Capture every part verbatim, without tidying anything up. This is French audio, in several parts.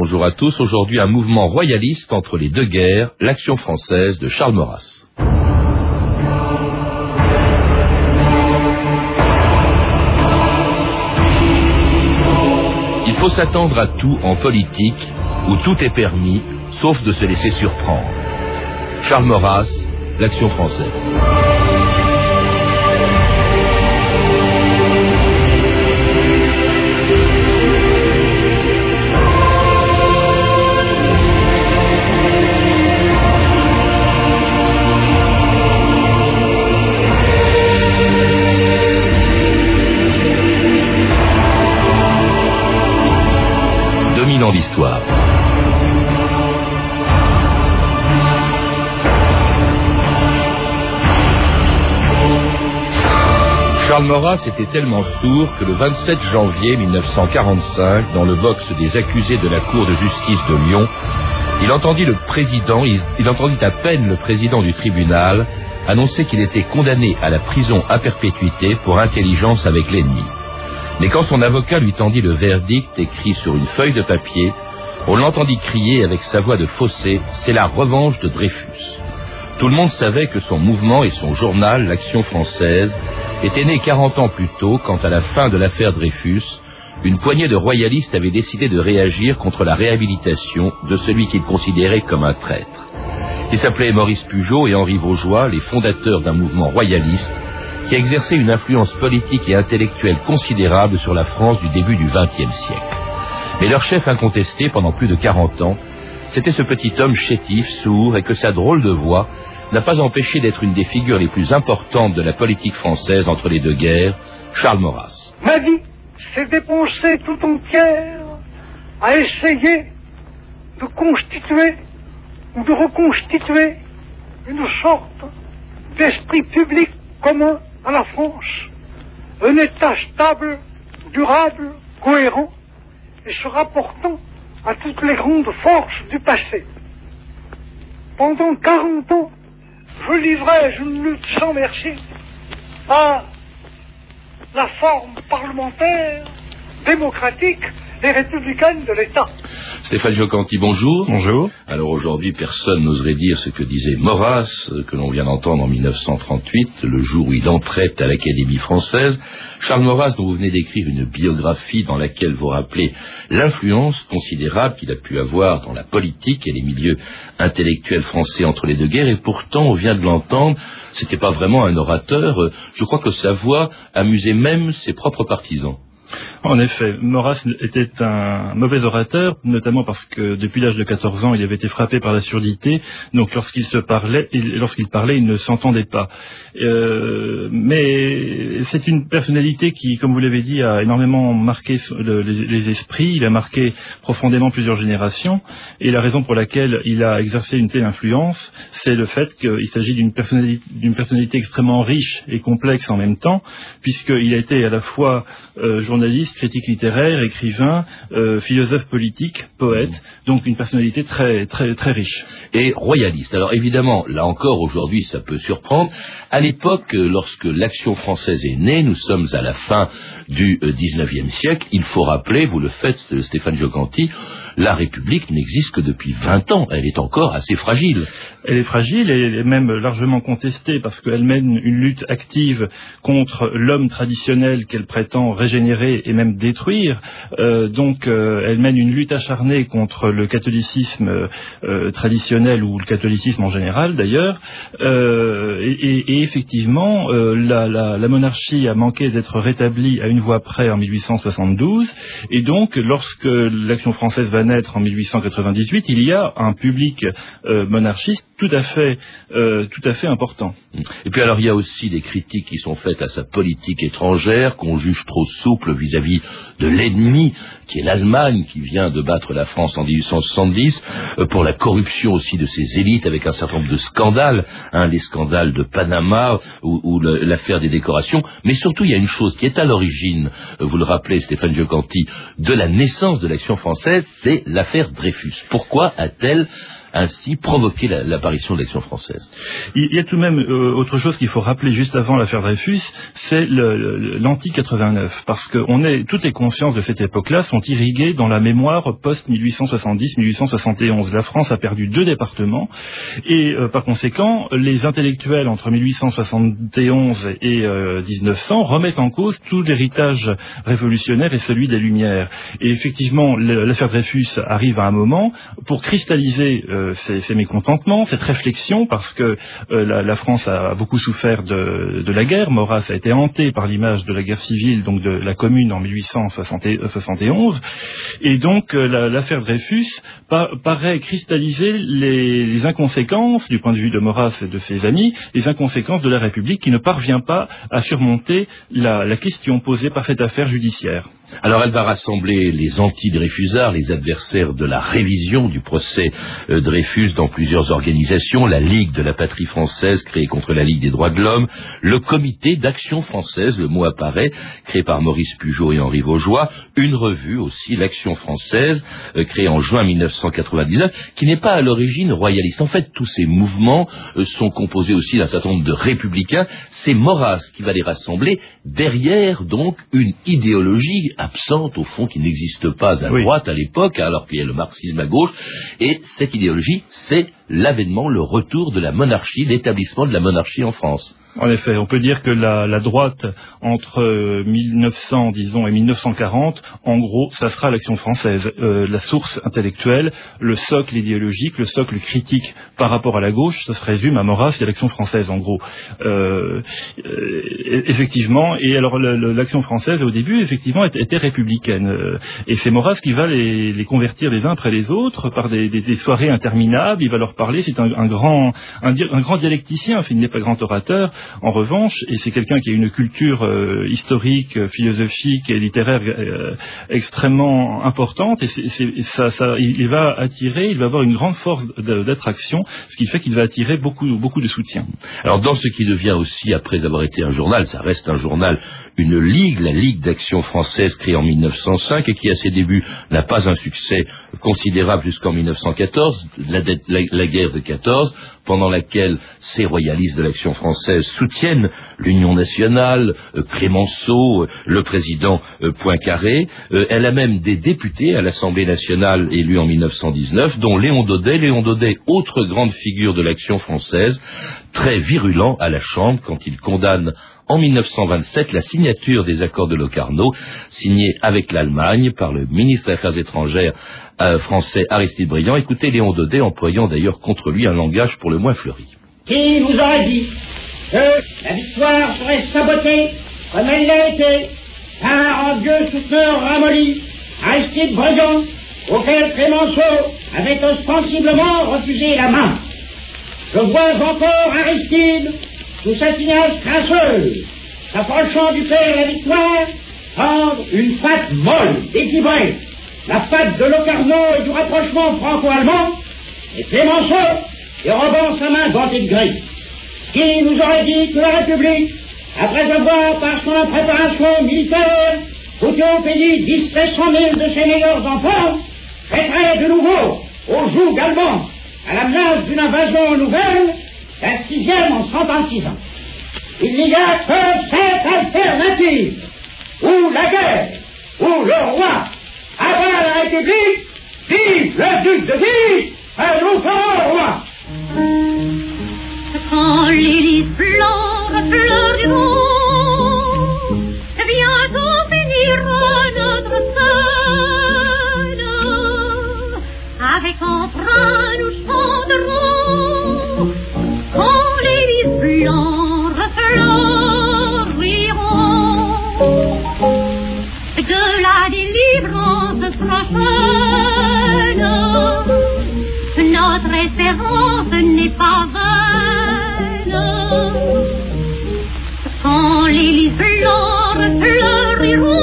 Bonjour à tous. Aujourd'hui, un mouvement royaliste entre les deux guerres, l'Action française de Charles Maurras. Il faut s'attendre à tout en politique, où tout est permis, sauf de se laisser surprendre. Charles Maurras, l'Action française. Dominant l'histoire. Charles Maurras était tellement sourd que le vingt-sept janvier mille neuf cent quarante-cinq, dans le box des accusés de la Cour de justice de Lyon, il entendit le président, il, il entendit à peine le président du tribunal annoncer qu'il était condamné à la prison à perpétuité pour intelligence avec l'ennemi. Mais quand son avocat lui tendit le verdict écrit sur une feuille de papier, on l'entendit crier avec sa voix de fausset « C'est la revanche de Dreyfus ». Tout le monde savait que son mouvement et son journal, l'Action française, étaient nés quarante ans plus tôt quand, à la fin de l'affaire Dreyfus, une poignée de royalistes avait décidé de réagir contre la réhabilitation de celui qu'ils considéraient comme un traître. Ils s'appelaient Maurice Pujolt et Henri Vaugeois, les fondateurs d'un mouvement royaliste qui a exercé une influence politique et intellectuelle considérable sur la France du début du vingtième siècle. Mais leur chef incontesté pendant plus de quarante ans, c'était ce petit homme chétif, sourd, et que sa drôle de voix n'a pas empêché d'être une des figures les plus importantes de la politique française entre les deux guerres, Charles Maurras. Ma vie s'est dépensée tout entière à essayer de constituer ou de reconstituer une sorte d'esprit public commun à la France, un État stable, durable, cohérent, et se rapportant à toutes les grandes forces du passé. Pendant quarante ans, je livrais une lutte sans merci à la forme parlementaire, démocratique et républicaine de l'État. Stéphane Giocanti, bonjour. Bonjour. Alors aujourd'hui, personne n'oserait dire ce que disait Maurras, que l'on vient d'entendre en mille neuf cent trente-huit, le jour où il entrait à l'Académie française. Charles Maurras, dont vous venez d'écrire une biographie dans laquelle vous rappelez l'influence considérable qu'il a pu avoir dans la politique et les milieux intellectuels français entre les deux guerres, et pourtant, on vient de l'entendre, c'était pas vraiment un orateur. Je crois que sa voix amusait même ses propres partisans. En effet, Maurras était un mauvais orateur, notamment parce que depuis l'âge de quatorze ans, il avait été frappé par la surdité. Donc, lorsqu'il se parlait, il, lorsqu'il parlait, il ne s'entendait pas. Euh, mais c'est une personnalité qui, comme vous l'avez dit, a énormément marqué le, les, les esprits. Il a marqué profondément plusieurs générations. Et la raison pour laquelle il a exercé une telle influence, c'est le fait qu'il s'agit d'une personnalité, d'une personnalité extrêmement riche et complexe en même temps, puisqu'il a été à la fois euh, journaliste, journaliste, critique littéraire, écrivain, euh, philosophe politique, poète, donc une personnalité très très très riche. Et royaliste. Alors évidemment, là encore, aujourd'hui, ça peut surprendre. À l'époque, lorsque l'Action française est née, nous sommes à la fin du dix-neuvième siècle, il faut rappeler, vous le faites, Stéphane Giocanti, la République n'existe que depuis vingt ans. Elle est encore assez fragile. Elle est fragile et elle est même largement contestée parce qu'elle mène une lutte active contre l'homme traditionnel qu'elle prétend régénérer et même détruire. Euh, donc euh, elle mène une lutte acharnée contre le catholicisme euh, traditionnel ou le catholicisme en général d'ailleurs. Euh, et, et, et effectivement, euh, la, la, la monarchie a manqué d'être rétablie à une voix près en mille huit cent soixante-douze. Et donc, lorsque l'Action française va naître en mille huit cent quatre-vingt-dix-huit, il y a un public euh, monarchiste tout à fait, euh, tout à fait important. Et puis alors il y a aussi des critiques qui sont faites à sa politique étrangère, qu'on juge trop souple vis-à-vis de l'ennemi, qui est l'Allemagne, qui vient de battre la France en dix-huit cent soixante-dix, euh, pour la corruption aussi de ses élites, avec un certain nombre de scandales, hein, les scandales de Panama, ou, ou le, l'affaire des décorations, mais surtout il y a une chose qui est à l'origine, euh, vous le rappelez Stéphane Giocanti, de la naissance de l'Action française, c'est l'affaire Dreyfus. Pourquoi a-t-elle ainsi provoqué la, l'apparition de l'Action française. Il y a tout de même euh, autre chose qu'il faut rappeler juste avant l'affaire Dreyfus, c'est le, le, l'anti-quatre-vingt-neuf, parce que on est, toutes les consciences de cette époque-là sont irriguées dans la mémoire post-mille huit cent soixante-dix mille huit cent soixante et onze. La France a perdu deux départements, et euh, par conséquent, les intellectuels entre mille huit cent soixante et onze et euh, dix-neuf cents remettent en cause tout l'héritage révolutionnaire et celui des Lumières. Et effectivement, l'affaire Dreyfus arrive à un moment pour cristalliser euh, ces, ces mécontentements, cette réflexion, parce que euh, la, la France a beaucoup souffert de, de la guerre. Maurras a été hanté par l'image de la guerre civile, donc de la Commune en mille huit cent soixante et onze, et donc euh, la, l'affaire Dreyfus pa, paraît cristalliser les, les inconséquences, du point de vue de Maurras et de ses amis, les inconséquences de la République qui ne parvient pas à surmonter la, la question posée par cette affaire judiciaire. Alors elle va rassembler les anti-Dreyfusards, les adversaires de la révision du procès euh, Dreyfus dans plusieurs organisations, la Ligue de la patrie française créée contre la Ligue des droits de l'homme, le Comité d'action française, le mot apparaît, créé par Maurice Pugeot et Henri Vaugeois, une revue aussi, l'Action française, euh, créée en juin mille neuf cent quatre-vingt-dix-neuf, qui n'est pas à l'origine royaliste. En fait, tous ces mouvements euh, sont composés aussi d'un certain nombre de républicains. C'est Maurras qui va les rassembler derrière donc une idéologie absente au fond, qui n'existe pas à oui. droite à l'époque, alors qu'il y a le marxisme à gauche, et cette idéologie, c'est l'avènement, le retour de la monarchie, l'établissement de la monarchie en France. En effet, on peut dire que la, la droite, entre euh, mille neuf cents, disons, et mille neuf cent quarante, en gros, ça sera l'Action française. Euh, la source intellectuelle, le socle idéologique, le socle critique par rapport à la gauche, ça se résume à Maurras et à l'Action française, en gros. Euh, euh, effectivement, et alors le, le, l'Action française, au début, effectivement, était, était républicaine. Euh, et c'est Maurras qui va les, les convertir les uns après les autres par des, des, des soirées interminables. Il va leur parler, c'est un, un, grand, un, un grand dialecticien, enfin, il n'est pas grand orateur. En revanche, et c'est quelqu'un qui a une culture euh, historique, philosophique et littéraire euh, extrêmement importante, et c'est, c'est, ça, ça, il va attirer, il va avoir une grande force d'attraction, ce qui fait qu'il va attirer beaucoup, beaucoup de soutien. Alors dans ce qui devient aussi, après avoir été un journal, ça reste un journal, une ligue, la Ligue d'action française créée en mille neuf cent cinq et qui à ses débuts n'a pas un succès considérable jusqu'en mille neuf cent quatorze, la, la, la guerre de quatorze, pendant laquelle ces royalistes de l'Action française soutiennent l'Union nationale, euh, Clémenceau, euh, le président euh, Poincaré. Euh, elle a même des députés à l'Assemblée nationale élus en mille neuf cent dix-neuf, dont Léon Daudet. Léon Daudet, autre grande figure de l'Action française, très virulent à la Chambre quand il condamne en mille neuf cent vingt-sept la signature des accords de Locarno, signés avec l'Allemagne par le ministre des Affaires étrangères euh, français Aristide Briand. Écoutez Léon Daudet, employant d'ailleurs contre lui un langage pour le moins fleuri. Qui nous aurait dit que la victoire serait sabotée comme elle l'a été par un vieux souteneur ramolli, Aristide Briand, auquel Clémenceau avait ostensiblement refusé la main. Je vois encore Aristide, sous sa tignasse crasseuse, s'approchant du père la victoire, prendre une patte molle, équilibrée, la patte de Locarno et du rapprochement franco-allemand, et Clémenceau, dérobant sa main gantée de gris. Qui nous aurait dit que la République, après avoir, par son préparation militaire, coûté au pays dix à cent mille de ses meilleurs enfants, traiterait de nouveau au joug allemand, à la menace d'une invasion nouvelle, la sixième en cinquante-six ans. Il n'y a que cette alternative, ou la guerre, ou le roi, avant la République, vive le duc de Guise, et nous ferons le roi. Quand l'hélice blanc pleure du monde, bientôt finira notre scène. Avec emprunt nous chanterons, quand l'hélice blanc refleuriront. De la délivrance prochaine, notre espérance n'est pas vaine. Quand les lys blancs fleuriront,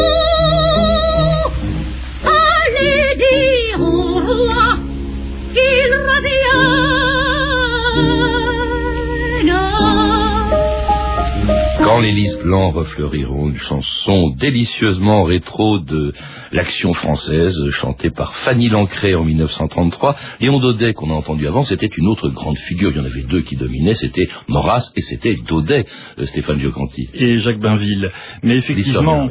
allez dire au roi qu'il revienne. Quand Quand les lys blancs refleuriront, une chanson délicieusement rétro de l'Action française, chantée par Fanny Lancret en mille neuf cent trente-trois. Léon Daudet, qu'on a entendu avant, c'était une autre grande figure. Il y en avait deux qui dominaient, c'était Maurras et c'était Daudet, euh, Stéphane Giocanti. Et Jacques Bainville. Mais effectivement,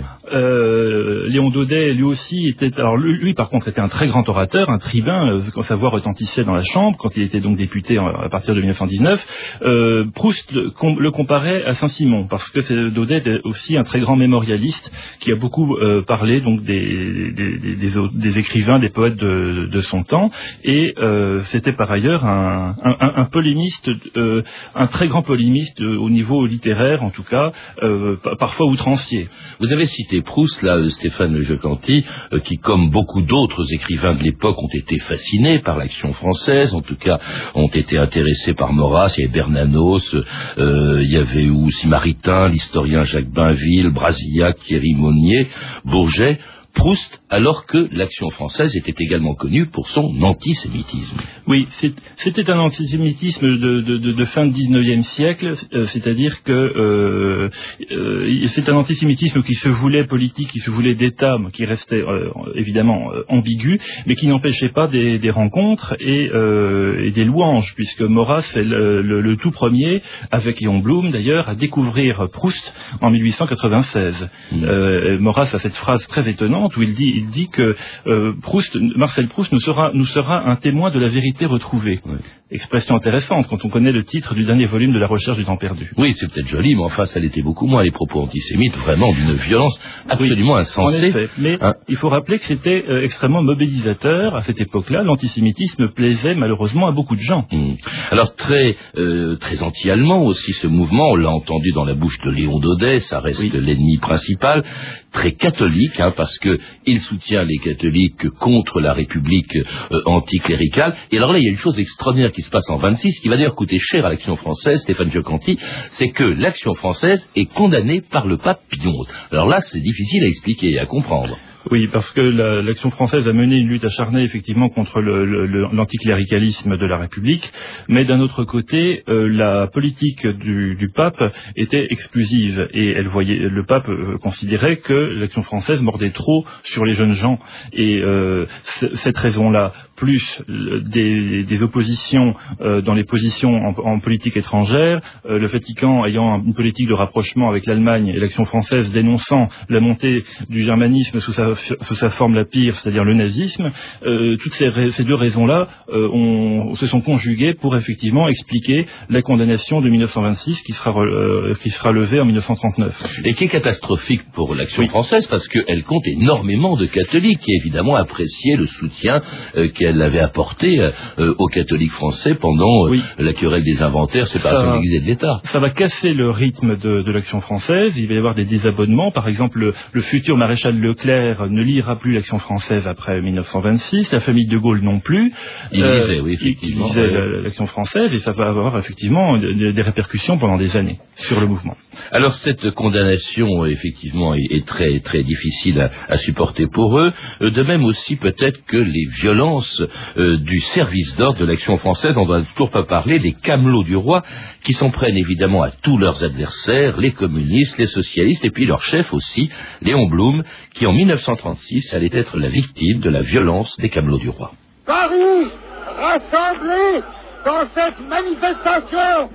euh, Léon Daudet, lui aussi, était... Alors lui, lui, par contre, était un très grand orateur, un tribun, euh, quand sa voix retentissait dans la Chambre, quand il était donc député en, à partir de mille neuf cent dix-neuf. Euh, Proust le, com, le comparait à Saint-Simon, parce que c'est, Daudet était aussi un très grand mémorialiste qui a beaucoup euh, parlé donc des, des, des, des, des écrivains, des poètes de, de son temps, et euh, c'était par ailleurs un, un, un polémiste, euh, un très grand polémiste euh, au niveau littéraire, en tout cas, euh, parfois outrancier. Vous avez cité Proust, là, Stéphane Giocanti, euh, qui, comme beaucoup d'autres écrivains de l'époque, ont été fascinés par l'Action française, en tout cas, ont été intéressés par Maurras, il y avait Bernanos, euh, il y avait aussi Maritain, l'historien Jacques Bainville, Brasillac, Thierry Monnier, Bourget, Proust, alors que l'Action française était également connue pour son antisémitisme. Oui, c'est, c'était un antisémitisme de, de, de, de fin du dix-neuvième siècle, euh, c'est-à-dire que euh, euh, c'est un antisémitisme qui se voulait politique, qui se voulait d'État, qui restait euh, évidemment euh, ambigu, mais qui n'empêchait pas des, des rencontres et, euh, et des louanges, puisque Maurras est le, le, le tout premier, avec Léon Blum d'ailleurs, à découvrir Proust en mille huit cent quatre-vingt-seize. Mmh. Euh, Maurras a cette phrase très étonnante où il dit, il dit que euh, Proust, Marcel Proust nous sera, nous sera un témoin de la vérité retrouvée. Oui. Expression intéressante quand on connaît le titre du dernier volume de La Recherche du temps perdu. Oui, c'est peut-être joli, mais enfin, ça l'était beaucoup moins, les propos antisémites, vraiment d'une violence absolument oui, insensée. En effet, mais hein? Il faut rappeler que c'était euh, extrêmement mobilisateur à cette époque-là. L'antisémitisme plaisait malheureusement à beaucoup de gens. Mmh. Alors très, euh, très anti-allemand aussi ce mouvement, on l'a entendu dans la bouche de Léon Daudet, ça reste oui. l'ennemi principal, très catholique, hein, parce que il soutient les catholiques contre la République euh, anticléricale. Et alors là, il y a une chose extraordinaire qui se passe en vingt-six, qui va d'ailleurs coûter cher à l'Action française, Stéphane Giocanti, c'est que l'Action française est condamnée par le pape Pie onze. Alors là, c'est difficile à expliquer et à comprendre. Oui, parce que la, l'Action française a mené une lutte acharnée effectivement contre le, le, l'anticléricalisme de la République, mais d'un autre côté, euh, la politique du, du pape était exclusive et elle voyait, le pape euh, considérait que l'Action française mordait trop sur les jeunes gens et euh, c- cette raison-là, plus des, des oppositions euh, dans les positions en, en politique étrangère, euh, le Vatican ayant une politique de rapprochement avec l'Allemagne et l'Action française dénonçant la montée du germanisme sous sa sous sa forme la pire, c'est-à-dire le nazisme, euh, toutes ces, ces deux raisons-là euh, ont, se sont conjuguées pour effectivement expliquer la condamnation de mille neuf cent vingt-six qui sera, euh, qui sera levée en mille neuf cent trente-neuf. Et qui est catastrophique pour l'Action oui. française parce qu'elle compte énormément de catholiques qui évidemment appréciaient le soutien euh, qu'elle avait apporté euh, aux catholiques français pendant euh, oui. la querelle des inventaires, séparation de l'Église et de l'État. Ça va casser le rythme de, de l'Action française, il va y avoir des désabonnements, par exemple le, le futur maréchal Leclerc ne lira plus l'Action française après mille neuf cent vingt-six, la famille de Gaulle non plus. Il euh, lisait, oui, effectivement. Il lisait ouais. l'Action française et ça va avoir effectivement des, des répercussions pendant des années sur le mouvement. Alors cette condamnation, effectivement, est, est très très difficile à, à supporter pour eux. De même aussi peut-être que les violences euh, du service d'ordre de l'Action française, on ne doit toujours pas parler, les camelots du roi, qui s'en prennent évidemment à tous leurs adversaires, les communistes, les socialistes, et puis leur chef aussi, Léon Blum, qui en mille neuf cent trente-six allait être la victime de la violence des camelots du roi. Paris, rassemblé dans cette manifestation,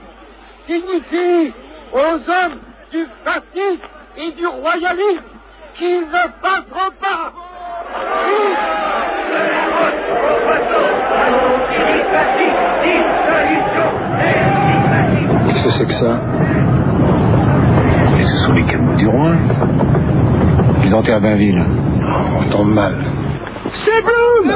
signifie aux hommes du fascisme et du royalisme qu'ils ne passeront pas. Qu'est-ce que c'est que ça? Et ce sont les camelots du roi. Ils enterrent Bainville. Oh, on tombe mal. C'est Blum!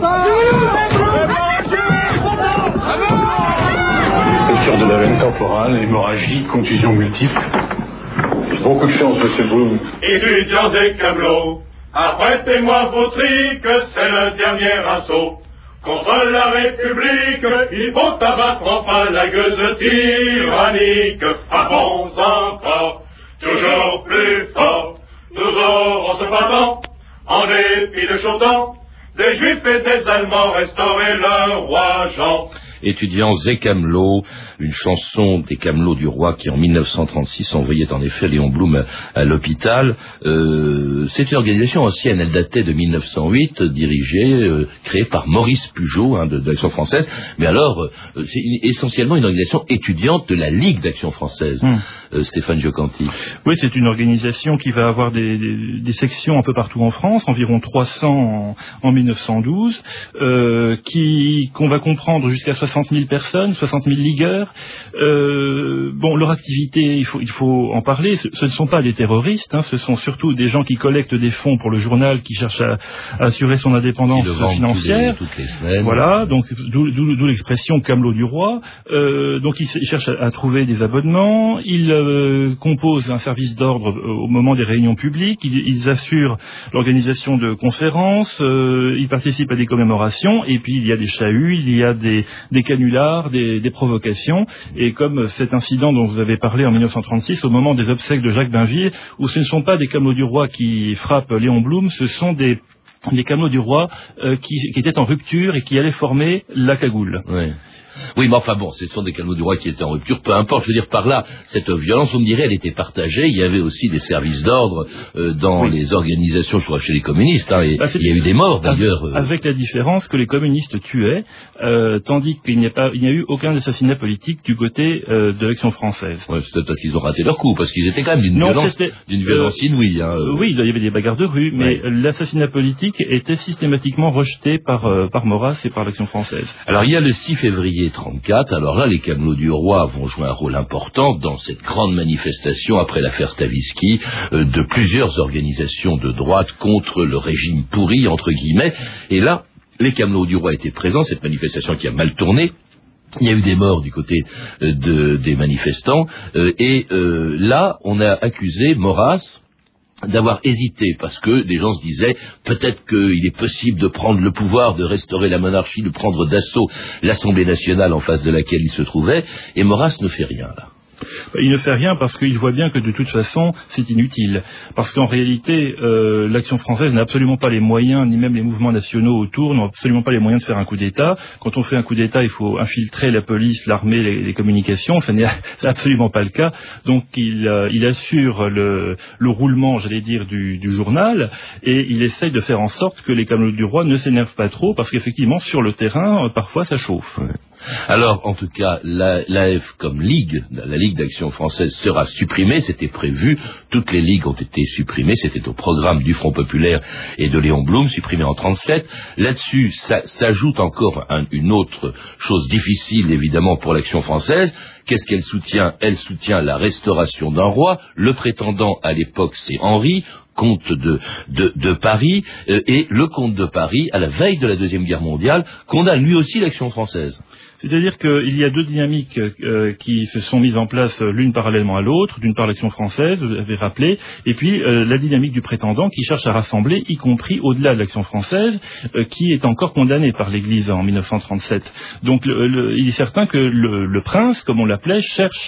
Rupture de la veine temporale, hémorragie, contusion multiple. Beaucoup de chance, monsieur Blum. Étudiants et camelots, arrêtez-moi vos triques, c'est le dernier assaut. Contre la République, il faut abattre enfin la gueuse tyrannique. À bons encore, toujours plus fort, nous aurons ce battant, en dépit de Chaudan, des Juifs et des Allemands restaurer le roi Jean. Étudiants et camelots, une chanson des Camelots du Roi qui en mille neuf cent trente-six envoyait en effet Léon Blum à, à l'hôpital. Euh, c'est une organisation ancienne, elle datait de mille neuf cent huit, dirigée, euh, créée par Maurice Pugeot hein, de, de l'Action française, mais alors euh, c'est une, essentiellement une organisation étudiante de la Ligue d'Action française, mmh. euh, Stéphane Giocanti. Oui, c'est une organisation qui va avoir des, des, des sections un peu partout en France, environ trois cents en, en mille neuf cent douze, euh, qui qu'on va comprendre jusqu'à soixante mille personnes, soixante mille ligueurs. Euh, bon, leur activité, il faut, il faut en parler, ce, ce ne sont pas des terroristes, hein, ce sont surtout des gens qui collectent des fonds pour le journal, qui cherchent à, à assurer son indépendance financière. Toutes les semaines. Voilà, donc d'où, d'où, d'où l'expression Camelot du Roi. Euh, donc ils, ils cherchent à, à trouver des abonnements, ils euh, composent un service d'ordre au moment des réunions publiques, ils, ils assurent l'organisation de conférences, euh, ils participent à des commémorations, et puis il y a des chahuts, il y a des, des canulars, des, des provocations, et comme cet incident dont vous avez parlé en mille neuf cent trente-six, au moment des obsèques de Jacques Bainville, où ce ne sont pas des Camelots du Roi qui frappent Léon Blum, ce sont des les Camelots du Roi euh, qui, qui étaient en rupture et qui allaient former la cagoule. Oui. Oui, mais enfin bon, ce sont des Camelots du Roi qui étaient en rupture, peu importe, je veux dire par là, cette violence, vous me direz, elle était partagée, il y avait aussi des services d'ordre euh, dans oui. les organisations, je crois, chez les communistes, hein, et bah, il y a eu des morts d'ailleurs. Euh... Avec la différence que les communistes tuaient, euh, tandis qu'il n'y a, pas, il n'y a eu aucun assassinat politique du côté euh, de l'Action française. Ouais, c'est peut-être parce qu'ils ont raté leur coup, parce qu'ils étaient quand même d'une non, violence, d'une violence euh, inouïe. Hein, euh... Oui, il y avait des bagarres de rue, mais ouais. l'assassinat politique était systématiquement rejeté par, euh, par Maurras et par l'Action française. Alors il y a le six février trente-quatre, alors là les Camelots du Roi vont jouer un rôle important dans cette grande manifestation après l'affaire Stavisky euh, de plusieurs organisations de droite contre le régime pourri, entre guillemets, et là les Camelots du Roi étaient présents, cette manifestation qui a mal tourné. Il y a eu des morts du côté euh, de, des manifestants, euh, et euh, là on a accusé Maurras d'avoir hésité, parce que des gens se disaient peut-être qu'il est possible de prendre le pouvoir, de restaurer la monarchie, de prendre d'assaut l'Assemblée nationale en face de laquelle il se trouvait, et Maurras ne fait rien là. Il ne fait rien parce qu'il voit bien que de toute façon c'est inutile, parce qu'en réalité euh, l'Action française n'a absolument pas les moyens, ni même les mouvements nationaux autour n'ont absolument pas les moyens de faire un coup d'État. Quand on fait un coup d'État, il faut infiltrer la police, l'armée, les, les communications, ça n'est absolument pas le cas. Donc il, euh, il assure le, le roulement, j'allais dire, du, du journal, et il essaye de faire en sorte que les Camelots du Roi ne s'énervent pas trop, parce qu'effectivement sur le terrain, euh, parfois ça chauffe. Ouais. Alors, en tout cas, l'A F comme ligue, la Ligue d'Action Française sera supprimée, c'était prévu, toutes les ligues ont été supprimées, c'était au programme du Front Populaire et de Léon Blum, supprimé en trente-sept. Là-dessus, ça s'ajoute encore un, une autre chose difficile, évidemment, pour l'Action Française. Qu'est-ce qu'elle soutient? Elle soutient la restauration d'un roi. Le prétendant, à l'époque, c'est Henri, comte de, de, de Paris, euh, et le comte de Paris, à la veille de la Deuxième Guerre mondiale, condamne lui aussi l'Action Française. C'est-à-dire qu'il y a deux dynamiques euh, qui se sont mises en place l'une parallèlement à l'autre, d'une part l'Action française, vous l'avez rappelé, et puis euh, la dynamique du prétendant qui cherche à rassembler, y compris au-delà de l'Action française, euh, qui est encore condamnée par l'Église en mille neuf cent trente-sept. Donc le, le, il est certain que le, le prince, comme on l'appelait, cherche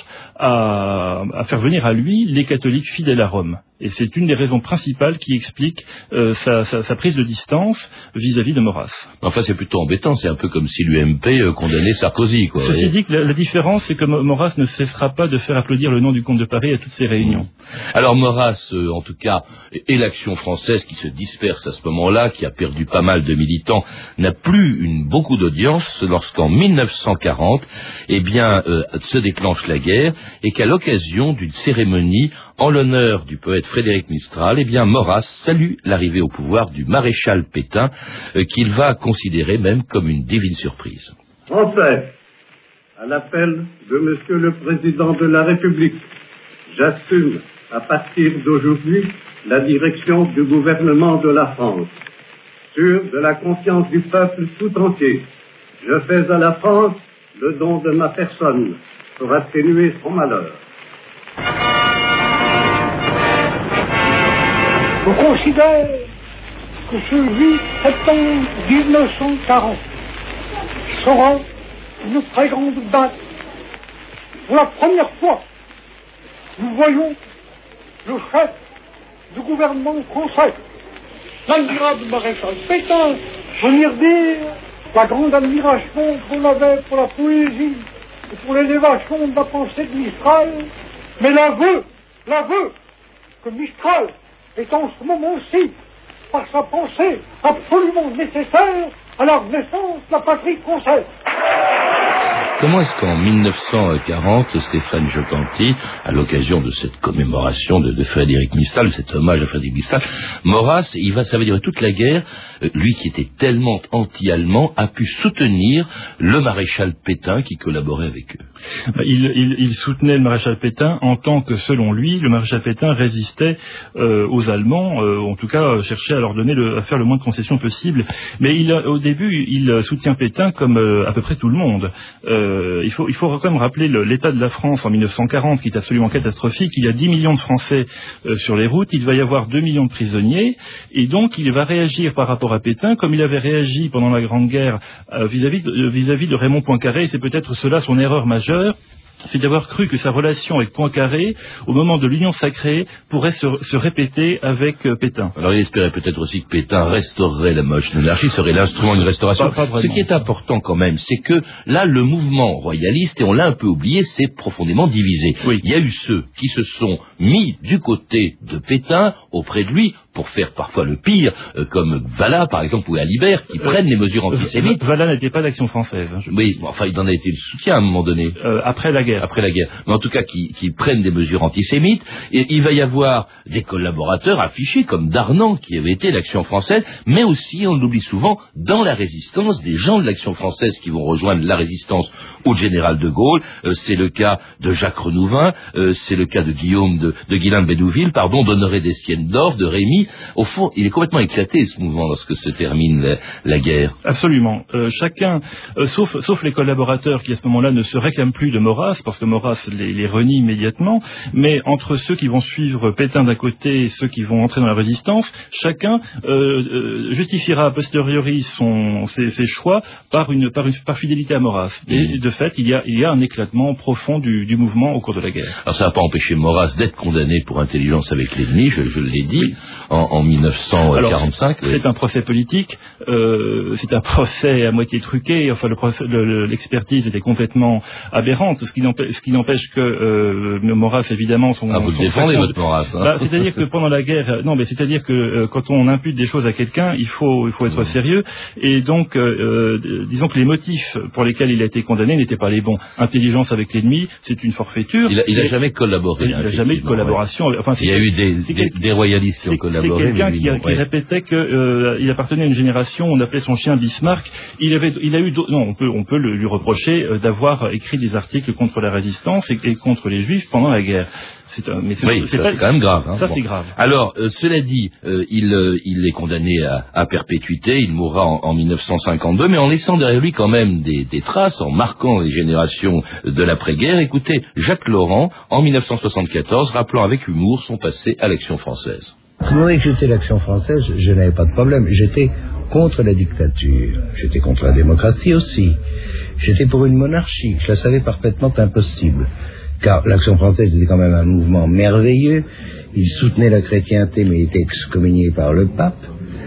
à, à faire venir à lui les catholiques fidèles à Rome. Et c'est une des raisons principales qui explique euh, sa, sa, sa prise de distance vis-à-vis de Maurras. Enfin, c'est plutôt embêtant, c'est un peu comme si l'U M P euh, condamnait Sarkozy, quoi. Ceci dit, que la, la différence, c'est que Maurras ne cessera pas de faire applaudir le nom du comte de Paris à toutes ses réunions. Alors Maurras, euh, en tout cas, et l'Action française qui se disperse à ce moment-là, qui a perdu pas mal de militants, n'a plus une, beaucoup d'audience lorsqu'en mille neuf cent quarante, eh bien, euh, se déclenche la guerre, et qu'à l'occasion d'une cérémonie en l'honneur du poète Frédéric Mistral, eh bien, Maurras salue l'arrivée au pouvoir du maréchal Pétain, euh, qu'il va considérer même comme une divine surprise. Français, à l'appel de Monsieur le Président de la République, j'assume à partir d'aujourd'hui la direction du gouvernement de la France. Sûr de la confiance du peuple tout entier, je fais à la France le don de ma personne pour atténuer son malheur. Je considère que ce huit septembre mille neuf cent quarante sera une très grande date. Pour la première fois, nous voyons le chef du gouvernement français, l'admirable maréchal Pétain, venir dire la grande admiration qu'on avait pour la poésie et pour l'élévation de la pensée de Mistral, mais l'aveu, l'aveu que Mistral est en ce moment-ci, par sa pensée absolument nécessaire à la renaissance de la patrie française. Comment est-ce qu'en mille neuf cent quarante, Stéphane Jocanti, à l'occasion de cette commémoration de, de Frédéric Mistral, de cet hommage à Frédéric Mistral, Maurras, il va, ça veut dire toute la guerre, euh, lui qui était tellement anti-allemand, a pu soutenir le maréchal Pétain qui collaborait avec eux. Il, il, il soutenait le maréchal Pétain en tant que, selon lui, le maréchal Pétain résistait euh, aux Allemands, euh, en tout cas euh, cherchait à leur donner le, à faire le moins de concessions possible. Mais il, au début, il soutient Pétain comme euh, à peu près tout le monde. Euh, il faut, il faut quand même rappeler le, l'état de la France en mille neuf cent quarante, qui est absolument catastrophique. Il y a dix millions de Français euh, sur les routes, il va y avoir deux millions de prisonniers, et donc il va réagir par rapport à Pétain comme il avait réagi pendant la Grande Guerre euh, vis-à-vis de, vis-à-vis de Raymond Poincaré, et c'est peut-être cela son erreur majeure. C'est d'avoir cru que sa relation avec Poincaré, au moment de l'Union sacrée, pourrait se, se répéter avec euh, Pétain. Alors il espérait peut-être aussi que Pétain restaurerait la monarchie, serait l'instrument d'une restauration. Pas, pas Ce qui est important quand même, c'est que là, le mouvement royaliste, et on l'a un peu oublié, s'est profondément divisé. Oui. Il y a eu ceux qui se sont mis du côté de Pétain, auprès de lui, pour faire parfois le pire, euh, comme Vallat, par exemple, ou Alibert, qui euh, prennent les mesures antisémites. Vallat n'était pas d'Action française. Hein, oui, bon, enfin, il en a été le soutien à un moment donné. Euh, après la guerre. Après la guerre. Mais en tout cas, qui, qui prennent des mesures antisémites. Et il va y avoir des collaborateurs affichés, comme Darnan, qui avait été l'Action française, mais aussi, on l'oublie souvent, dans la résistance, des gens de l'Action française qui vont rejoindre la résistance au général de Gaulle. Euh, c'est le cas de Jacques Renouvin, euh, c'est le cas de Guillaume de, de Guillain de Bédouville, pardon, d'Honoré d'Estienne-d'Orf, de Rémy. Au fond, il est complètement éclaté, ce mouvement, lorsque se termine la, la guerre. Absolument. Euh, chacun, euh, sauf, sauf les collaborateurs qui, à ce moment-là, ne se réclament plus de Maurras, parce que Maurras les, les renie immédiatement, mais entre ceux qui vont suivre Pétain d'un côté et ceux qui vont entrer dans la résistance, chacun euh, euh, justifiera a posteriori son, ses, ses choix par, une, par, une, par fidélité à Maurras. Et de fait, il y a, il y a un éclatement profond du, du mouvement au cours de la guerre. Alors ça n'a pas empêché Maurras d'être condamné pour intelligence avec l'ennemi, je, je l'ai dit, oui. en, en mille neuf cent quarante-cinq. Alors, oui. C'est un procès politique, euh, c'est un procès à moitié truqué, enfin le procès, le, l'expertise était complètement aberrante, ce qui n'empêche, ce qui n'empêche que euh, Maurras, évidemment, son... Ah, vous son le défendez, frère, votre Maurras, hein. Bah, c'est-à-dire que pendant la guerre, non, mais c'est-à-dire que euh, quand on impute des choses à quelqu'un, il faut, il faut être mmh. sérieux, et donc, euh, euh, disons que les motifs pour lesquels il a été condamné n'étaient pas les bons. Intelligence avec l'ennemi, c'est une forfaiture. Il a, il a jamais collaboré. Il n'a jamais eu de collaboration. Ouais. Enfin, il y a eu des, des, des royalistes qui ont collaboré. C'est quelqu'un qui, a, qui ouais. répétait qu'il euh, appartenait à une génération, on appelait son chien Bismarck. Il avait, il a eu, non, on peut, on peut le, lui reprocher euh, d'avoir écrit des articles contre la résistance et, et contre les Juifs pendant la guerre. C'est un, mais c'est, oui, c'est, ça, pas, c'est quand même grave. Hein. Ça, bon. c'est grave. Alors, euh, cela dit, euh, il, euh, il est condamné à, à perpétuité. Il mourra en, en mille neuf cent cinquante-deux, mais en laissant derrière lui quand même des, des traces, en marquant les générations de l'après-guerre. Écoutez, Jacques Laurent, en mille neuf cent soixante-quatorze, rappelant avec humour son passé à l'Action française. Moi, que j'étais l'Action française, je n'avais pas de problème. J'étais contre la dictature. J'étais contre la démocratie aussi. J'étais pour une monarchie. Je la savais parfaitement impossible. Car l'Action française était quand même un mouvement merveilleux. Il soutenait la chrétienté, mais était excommunié par le pape.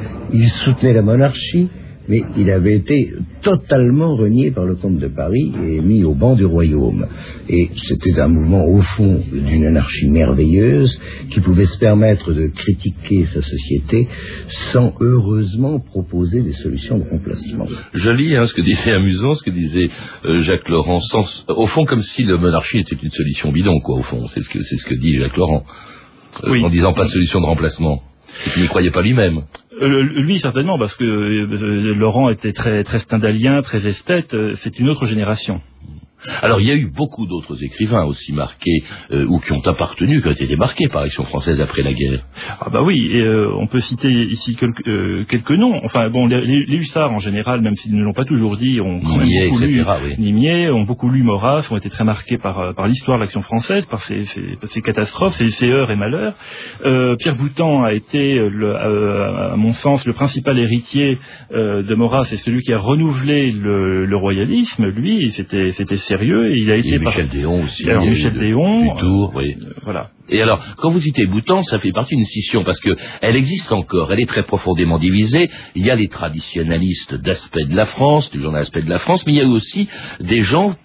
Il soutenait la monarchie, mais il avait été totalement renié par le comte de Paris et mis au banc du royaume. Et c'était un mouvement, au fond, d'une anarchie merveilleuse qui pouvait se permettre de critiquer sa société sans, heureusement, proposer des solutions de remplacement. Joli, hein, ce que disait amusant, ce que disait euh, Jacques Laurent. Sans, au fond, comme si la monarchie était une solution bidon, quoi, au fond. C'est ce que, c'est ce que dit Jacques Laurent. Euh, oui. En disant pas de solution de remplacement. Et qu'il n'y croyait pas lui-même. Euh, lui, certainement, parce que euh, Laurent était très, très stendhalien, très esthète. Euh, c'est une autre génération. Alors, il y a eu beaucoup d'autres écrivains aussi marqués, euh, ou qui ont appartenu, qui ont été marqués par l'Action française après la guerre. Ah bah oui, et euh, on peut citer ici quelques, euh, quelques noms. Enfin, bon, les, les hussards, en général, même s'ils ne l'ont pas toujours dit, ont quand Nimier, même beaucoup et cetera, lu oui. Nimier, ont beaucoup lu Maurras, ont été très marqués par, par l'histoire de l'Action française, par ses, ses, ses catastrophes, ses, ses heurts et malheurs. Euh, Pierre Boutan a été, le, euh, à mon sens, le principal héritier euh, de Maurras, et celui qui a renouvelé le, le royalisme. Lui, c'était, c'était sérieux, et il a été... Et Michel par... Déon aussi. Alors, Michel de, Déon... Dutour, oui. Euh, voilà. Et alors, quand vous citez Boutan, ça fait partie d'une scission, parce que elle existe encore, elle est très profondément divisée. Il y a les traditionnalistes d'Aspect de la France, du journal Aspect de la France, mais il y a aussi des gens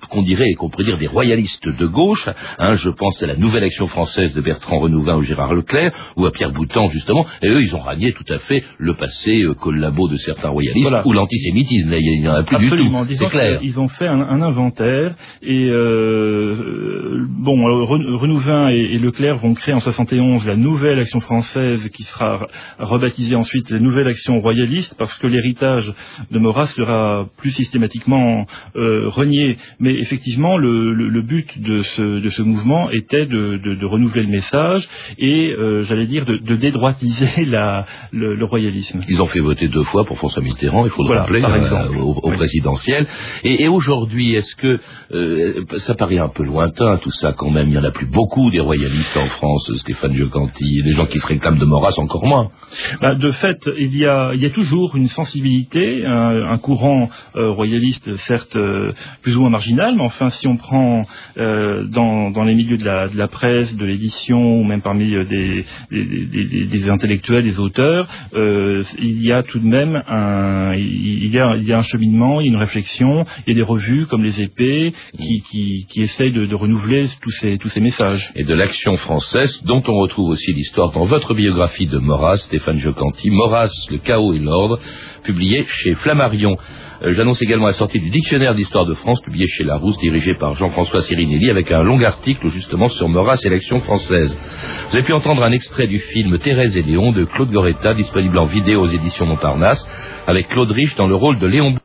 qu'on dirait, qu'on pourrait dire des royalistes de gauche. Hein, je pense à la Nouvelle Action française de Bertrand Renouvin ou Gérard Leclerc, ou à Pierre Boutan, justement. Et eux, ils ont ranié tout à fait le passé euh, collabo de certains royalistes, voilà. Ou l'antisémitisme. Là, il n'y en a plus Absolument. du tout. Disons c'est clair. Ils ont fait un, un inventaire, et euh, bon, alors, Renouvin et, et Leclerc vont créer en soixante et onze la Nouvelle Action française, qui sera rebaptisée ensuite la Nouvelle Action royaliste, parce que l'héritage de Maurras sera plus systématiquement euh, renié. Mais effectivement, le, le, le but de ce, de ce mouvement était de, de, de renouveler le message et, euh, j'allais dire, de, de dédroitiser la, le, le royalisme. Ils ont fait voter deux fois pour François Mitterrand, il faut le voilà, rappeler, par euh, exemple. au, au oui. présidentiel. Et, et aujourd'hui, est-ce que euh, ça paraît un peu lointain tout ça quand même? Il n'y en a plus beaucoup des royalistes en France, Stéphane Giocanti, les gens qui se réclament de Maurras encore moins. Bah, de fait, il y a, il y a toujours une sensibilité, un, un courant euh, royaliste, certes euh, plus ou moins marginal, mais enfin, si on prend euh, dans, dans les milieux de la, de la presse, de l'édition, ou même parmi euh, des, des, des, des intellectuels, des auteurs, euh, il y a tout de même un, il y a, il y a un cheminement, il y a une réflexion, il y a des revues comme Les Épées qui, qui, qui essayent de, de renouveler tous ces, tous ces messages. Et de l'Action française, dont on retrouve aussi l'histoire dans votre biographie de Maurras, Stéphane Giocanti, Maurras, le chaos et l'ordre, publié chez Flammarion. Euh, j'annonce également la sortie du dictionnaire d'histoire de France, publié chez Larousse, dirigé par Jean-François Sirinelli, avec un long article justement sur Maurras et l'Action française. Vous avez pu entendre un extrait du film Thérèse et Léon de Claude Goretta, disponible en vidéo aux éditions Montparnasse, avec Claude Rich dans le rôle de Léon